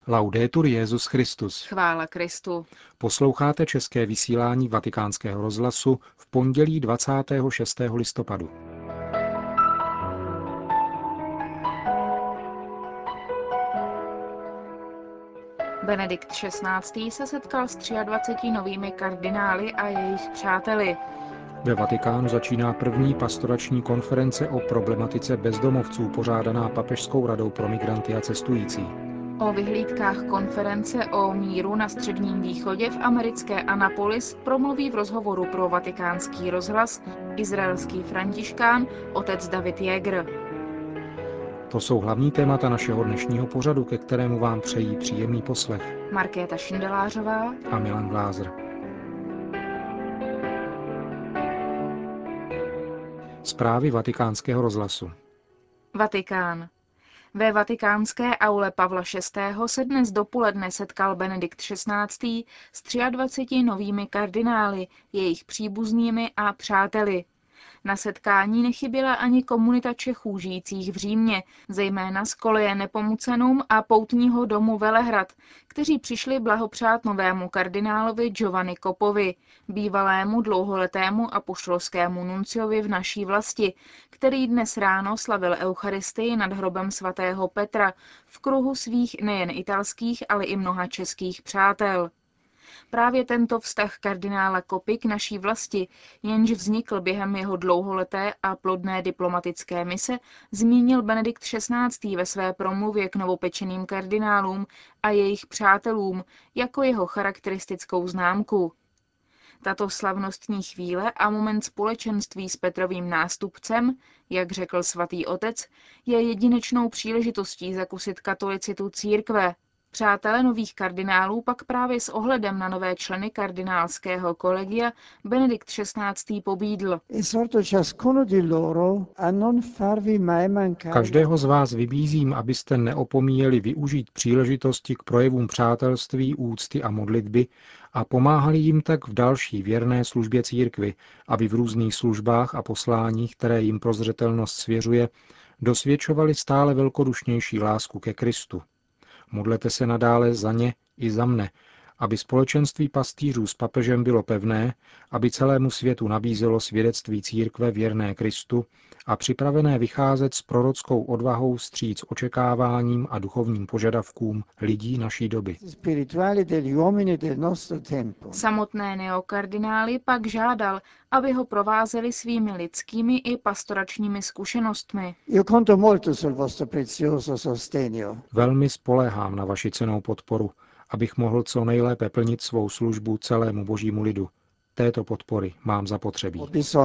Laudetur Jesus Christus. Chvála Kristu. Posloucháte české vysílání Vatikánského rozhlasu v pondělí 26. listopadu. Benedikt XVI. Se setkal s 23 novými kardinály a jejich přáteli. Ve Vatikánu začíná první pastorační konference o problematice bezdomovců pořádaná Papežskou radou pro migranty a cestující. O vyhlídkách konference o míru na Středním východě v americké Annapolis promluví v rozhovoru pro Vatikánský rozhlas izraelský františkán otec David Jäger. To jsou hlavní témata našeho dnešního pořadu, ke kterému vám přejí příjemný poslech Markéta Šindelářová a Milan Glázer. Zprávy Vatikánského rozhlasu. Vatikán. Ve vatikánské aule Pavla VI. Se dnes dopoledne setkal Benedikt XVI. S 23 novými kardinály, jejich příbuznými a přáteli. Na setkání nechyběla ani komunita Čechů žijících v Římě, zejména z Koleje Nepomucenum a poutního domu Velehrad, kteří přišli blahopřát novému kardinálovi Giovanni Copovi, bývalému dlouholetému apoštolskému nunciovi v naší vlasti, který dnes ráno slavil eucharistii nad hrobem svatého Petra v kruhu svých nejen italských, ale i mnoha českých přátel. Právě tento vztah kardinála Copy k naší vlasti, jenž vznikl během jeho dlouholeté a plodné diplomatické mise, zmínil Benedikt XVI. Ve své promluvě k novopečeným kardinálům a jejich přátelům jako jeho charakteristickou známku. Tato slavnostní chvíle a moment společenství s Petrovým nástupcem, jak řekl svatý otec, je jedinečnou příležitostí zakusit katolicitu církve. Přátelé nových kardinálů pak právě s ohledem na nové členy kardinálského kolegia Benedikt XVI. Pobídl. Každého z vás vybízím, abyste neopomíjeli využít příležitosti k projevům přátelství, úcty a modlitby a pomáhali jim tak v další věrné službě církvi, aby v různých službách a posláních, které jim prozřetelnost svěřuje, dosvědčovali stále velkodušnější lásku ke Kristu. Modlete se nadále za ně i za mne, aby společenství pastýřů s papežem bylo pevné, aby celému světu nabízelo svědectví církve věrné Kristu a připravené vycházet s prorockou odvahou vstříc očekáváním a duchovním požadavkům lidí naší doby. Samotné neokardinály pak žádal, aby ho provázeli svými lidskými i pastoračními zkušenostmi. Velmi spoléhám na vaši cennou podporu, abych mohl co nejlépe plnit svou službu celému božímu lidu. Této podpory mám zapotřebí.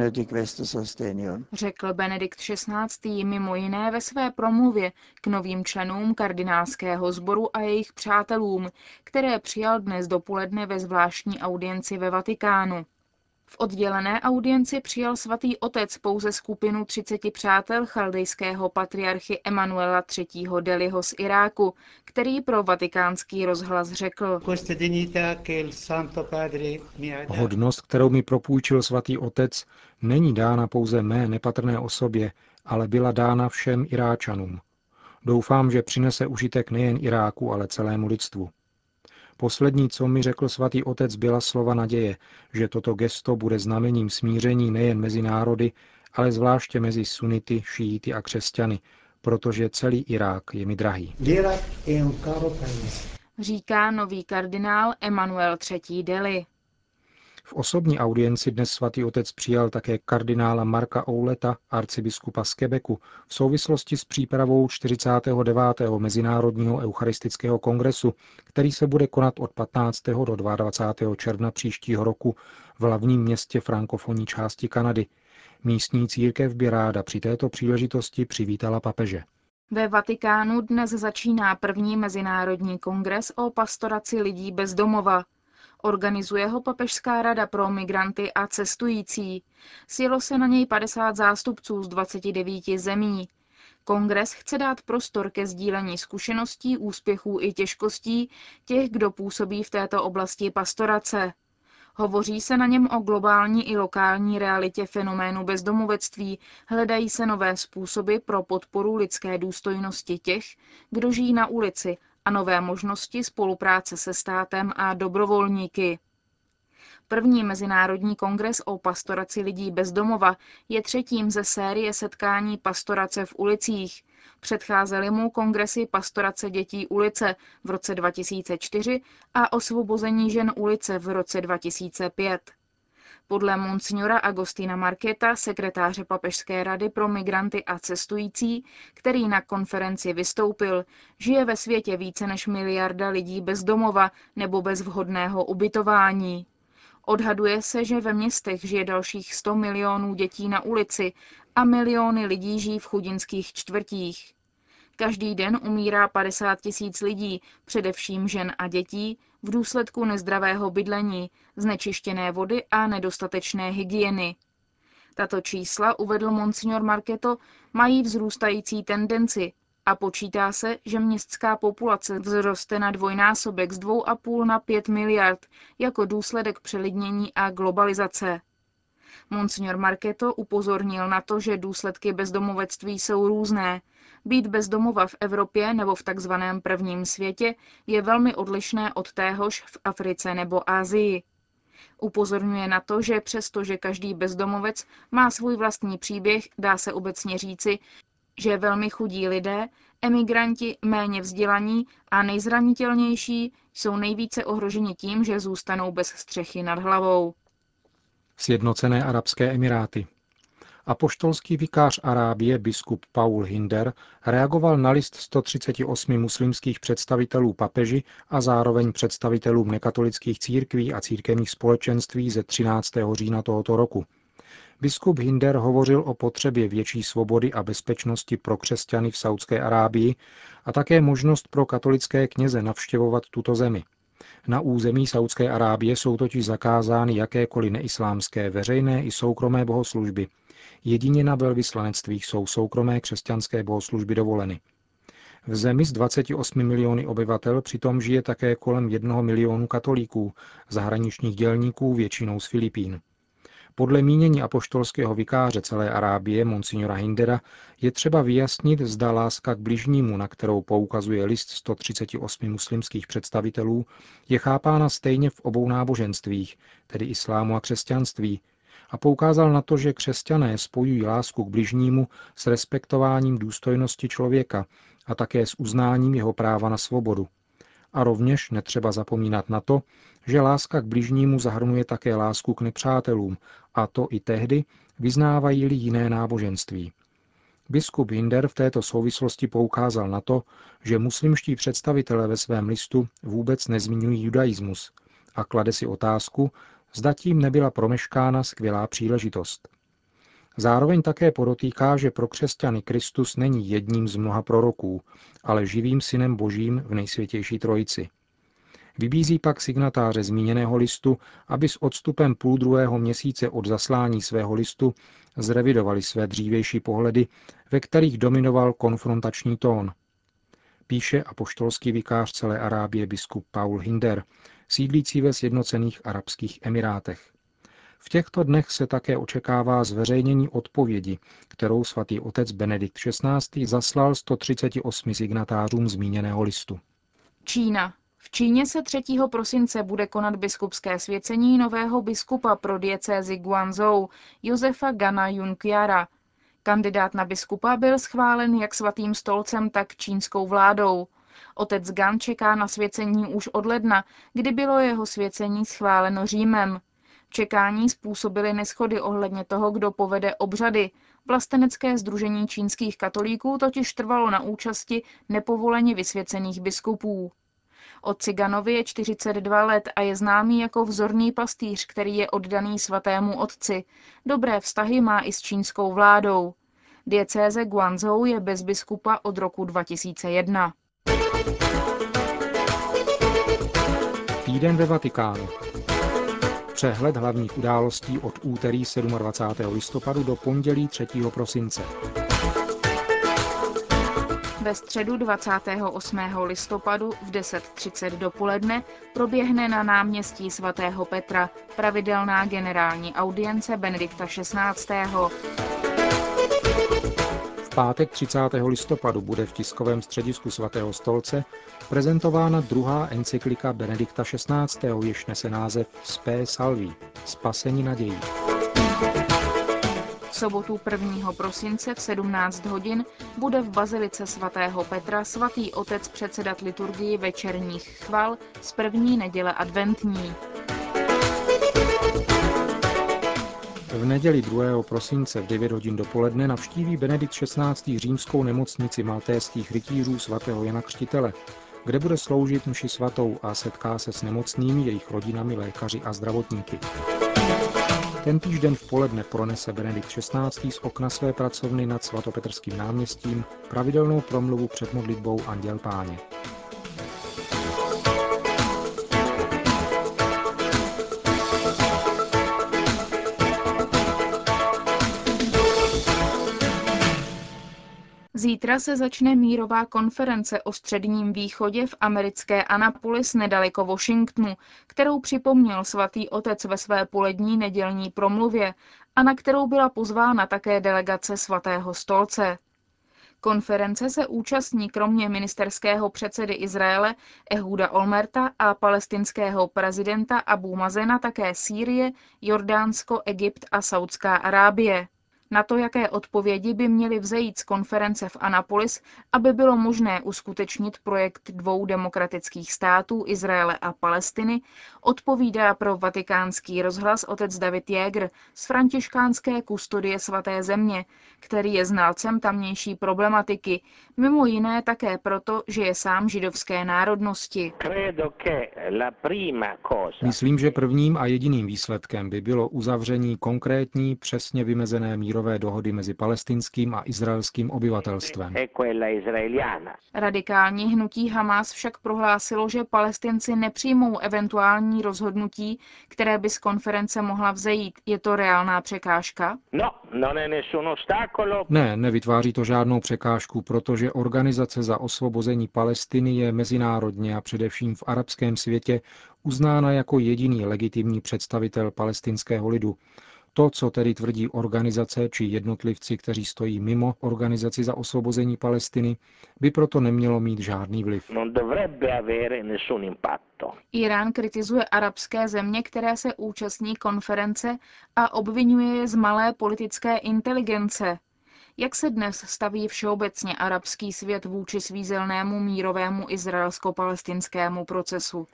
Řekl Benedikt XVI. Mimo jiné ve své promluvě k novým členům kardinálského sboru a jejich přátelům, které přijal dnes dopoledne ve zvláštní audienci ve Vatikánu. V oddělené audienci přijal svatý otec pouze skupinu 30 přátel chaldejského patriarchy Emanuela III. Deliho z Iráku, který pro Vatikánský rozhlas řekl: Hodnost, kterou mi propůjčil svatý otec, není dána pouze mé nepatrné osobě, ale byla dána všem Iráčanům. Doufám, že přinese užitek nejen Iráku, ale celému lidstvu. Poslední, co mi řekl svatý otec, byla slova naděje, že toto gesto bude znamením smíření nejen mezi národy, ale zvláště mezi sunity, šíity a křesťany, protože celý Irák je mi drahý. Říká nový kardinál Emanuel III. Deli. V osobní audienci dnes svatý otec přijal také kardinála Marka Ouleta, arcibiskupa z Quebecu, v souvislosti s přípravou 49. Mezinárodního eucharistického kongresu, který se bude konat od 15. do 22. června příštího roku v hlavním městě frankofonní části Kanady. Místní církev by ráda při této příležitosti přivítala papeže. Ve Vatikánu dnes začíná první mezinárodní kongres o pastoraci lidí bez domova. Organizuje ho Papežská rada pro migranty a cestující. Sjelo se na něj 50 zástupců z 29 zemí. Kongres chce dát prostor ke sdílení zkušeností, úspěchů i těžkostí těch, kdo působí v této oblasti pastorace. Hovoří se na něm o globální i lokální realitě fenoménu bezdomovectví, hledají se nové způsoby pro podporu lidské důstojnosti těch, kdo žijí na ulici a nové možnosti spolupráce se státem a dobrovolníky. První mezinárodní kongres o pastoraci lidí bez domova je třetím ze série setkání pastorace v ulicích. Předcházely mu kongresy pastorace dětí ulice v roce 2004 a osvobození žen ulice v roce 2005. Podle monsignora Agostina Marketa, sekretáře Papežské rady pro migranty a cestující, který na konferenci vystoupil, žije ve světě více než miliarda lidí bez domova nebo bez vhodného ubytování. Odhaduje se, že ve městech žije dalších 100 milionů dětí na ulici a miliony lidí žijí v chudinských čtvrtích. Každý den umírá 50 000 lidí, především žen a dětí, v důsledku nezdravého bydlení, znečištěné vody a nedostatečné hygieny. Tato čísla, uvedl monsignor Marketo, mají vzrůstající tendenci a počítá se, že městská populace vzroste na dvojnásobek z 2,5 na 5 miliard jako důsledek přelidnění a globalizace. Monsignor Marketo upozornil na to, že důsledky bezdomovectví jsou různé. Být bez domova v Evropě nebo v takzvaném prvním světě je velmi odlišné od téhož v Africe nebo Asii. Upozorňuje na to, že přestože každý bezdomovec má svůj vlastní příběh, dá se obecně říci, že velmi chudí lidé, emigranti, méně vzdělaní a nejzranitelnější jsou nejvíce ohroženi tím, že zůstanou bez střechy nad hlavou. Sjednocené arabské emiráty. Apoštolský vikář Arábie biskup Paul Hinder reagoval na list 138 muslimských představitelů papeži a zároveň představitelům nekatolických církví a církevních společenství ze 13. října tohoto roku. Biskup Hinder hovořil o potřebě větší svobody a bezpečnosti pro křesťany v Saudské Arábii a také možnost pro katolické kněze navštěvovat tuto zemi. Na území Saudské Arábie jsou totiž zakázány jakékoliv neislámské veřejné i soukromé bohoslužby. Jedině na velvyslanectvích jsou soukromé křesťanské bohoslužby dovoleny. V zemi s 28 miliony obyvatel přitom žije také kolem 1 milionu katolíků, zahraničních dělníků většinou z Filipín. Podle mínění apoštolského vikáře celé Arábie, monsignora Hindera, je třeba vyjasnit, zda láska k bližnímu, na kterou poukazuje list 138 muslimských představitelů, je chápána stejně v obou náboženstvích, tedy islámu a křesťanství, a poukázal na to, že křesťané spojují lásku k bližnímu s respektováním důstojnosti člověka a také s uznáním jeho práva na svobodu. A rovněž netřeba zapomínat na to, že láska k bližnímu zahrnuje také lásku k nepřátelům, a to i tehdy, vyznávají-li jiné náboženství. Biskup Hinder v této souvislosti poukázal na to, že muslimští představitelé ve svém listu vůbec nezmiňují judaismus a klade si otázku, zda tím nebyla promeškána skvělá příležitost. Zároveň také podotýká, že pro křesťany Kristus není jedním z mnoha proroků, ale živým synem Božím v nejsvětější trojici. Vybízí pak signatáře zmíněného listu, aby s odstupem 0,5 měsíce od zaslání svého listu zrevidovali své dřívější pohledy, ve kterých dominoval konfrontační tón. Píše apoštolský vikář celé Arábie biskup Paul Hinder, sídlící ve Sjednocených arabských emirátech. V těchto dnech se také očekává zveřejnění odpovědi, kterou svatý otec Benedikt XVI. Zaslal 138 signatářům zmíněného listu. Čína. V Číně se 3. prosince bude konat biskupské svěcení nového biskupa pro diecézi Guangzhou, Josefa Gana Junqiara. Kandidát na biskupa byl schválen jak svatým stolcem, tak čínskou vládou. Otec Gan čeká na svěcení už od ledna, kdy bylo jeho svěcení schváleno Římem. Čekání způsobily neshody ohledně toho, kdo povede obřady. Vlastenecké sdružení čínských katolíků totiž trvalo na účasti nepovoleně vysvěcených biskupů. Otci Ganovi je 42 let a je známý jako vzorný pastýř, který je oddaný svatému otci. Dobré vztahy má i s čínskou vládou. Diecéze Guangzhou je bez biskupa od roku 2001. Týden ve Vatikánu. Přehled hlavních událostí od úterý 27. listopadu do pondělí 3. prosince. Ve středu 28. listopadu v 10:30 dopoledne proběhne na náměstí svatého Petra pravidelná generální audience Benedikta XVI. V pátek 30. listopadu bude v tiskovém středisku Svatého stolce prezentována druhá encyklika Benedikta XVI., jež nese název Spe Salvi, spasení nadějí. V sobotu 1. prosince v 17 hodin bude v bazilice svatého Petra svatý otec předsedat liturgii večerních chval z první neděle adventní. V neděli 2. prosince v 9 hodin dopoledne navštíví Benedikt XVI. Římskou nemocnici maltézských rytířů svatého Jana Křtitele, kde bude sloužit mši svatou a setká se s nemocnými, jejich rodinami, lékaři a zdravotníky. Tentýž den v poledne pronese Benedikt XVI. Z okna své pracovny nad svatopetrským náměstím pravidelnou promluvu před modlitbou Anděl Páně. Zítra se začne mírová konference o Středním východě v americké Annapolis nedaleko Washingtonu, kterou připomněl svatý otec ve své polední nedělní promluvě a na kterou byla pozvána také delegace Svatého stolce. Konference se účastní kromě ministerského předsedy Izraele Ehuda Olmerta a palestinského prezidenta Abu Mazena také Sýrie, Jordánsko, Egypt a Saudská Arábie. Na to, jaké odpovědi by měly vzejít z konference v Annapolis, aby bylo možné uskutečnit projekt dvou demokratických států, Izraele a Palestiny, odpovídá pro Vatikánský rozhlas otec David Jäger z františkánské kustodie Svaté země, který je znalcem tamnější problematiky, mimo jiné také proto, že je sám židovské národnosti. Myslím, že prvním a jediným výsledkem by bylo uzavření konkrétní, přesně vymezené mírové dohody mezi palestinským a izraelským obyvatelstvem. Radikální hnutí Hamas však prohlásilo, že Palestinci nepřijmou eventuální rozhodnutí, které by z konference mohla vzejít. Je to reálná překážka? Ne, nevytváří to žádnou překážku, protože Organizace za osvobození Palestiny je mezinárodně a především v arabském světě uznána jako jediný legitimní představitel palestinského lidu. To, co tedy tvrdí organizace či jednotlivci, kteří stojí mimo Organizaci za osvobození Palestiny, by proto nemělo mít žádný vliv. Irán kritizuje arabské země, které se účastní konference a obvinuje je z malé politické inteligence. Jak se dnes staví všeobecně arabský svět vůči svízelnému mírovému izraelsko-palestinskému procesu?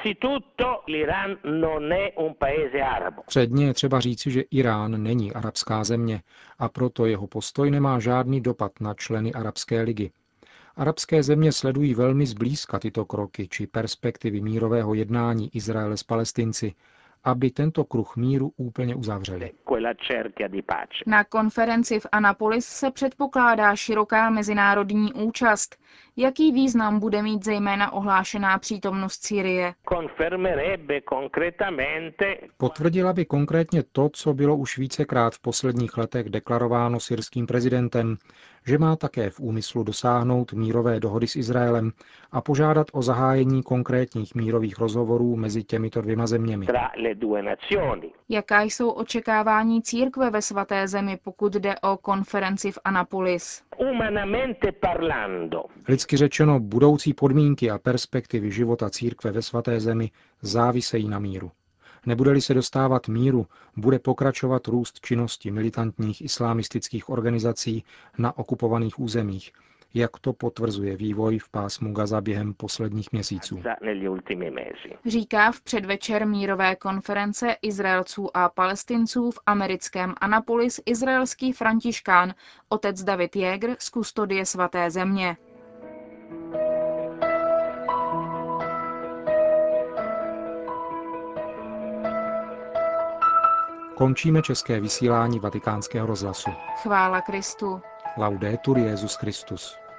Předně je třeba říci, že Irán není arabská země a proto jeho postoj nemá žádný dopad na členy Arabské ligy. Arabské země sledují velmi zblízka tyto kroky či perspektivy mírového jednání Izraele s Palestinci, aby tento kruh míru úplně uzavřeli. Na konferenci v Annapolis se předpokládá široká mezinárodní účast. Jaký význam bude mít zejména ohlášená přítomnost Sýrie? Potvrdila by konkrétně to, co bylo už vícekrát v posledních letech deklarováno syrským prezidentem, že má také v úmyslu dosáhnout mírové dohody s Izraelem a požádat o zahájení konkrétních mírových rozhovorů mezi těmito dvěma zeměmi. Jaká jsou očekávání církve ve Svaté zemi, pokud jde o konferenci v Annapolis? Lidsky řečeno, budoucí podmínky a perspektivy života církve ve Svaté zemi závisejí na míru. Nebude-li se dostávat míru, bude pokračovat růst činnosti militantních islámistických organizací na okupovaných územích, jak to potvrzuje vývoj v pásmu Gaza během posledních měsíců. Říká v předvečer mírové konference Izraelců a Palestinců v americkém Annapolis izraelský františkán otec David Jäger z kustodie Svaté země. Končíme české vysílání Vatikánského rozhlasu. Chvála Kristu. Laudetur Jesus Christus.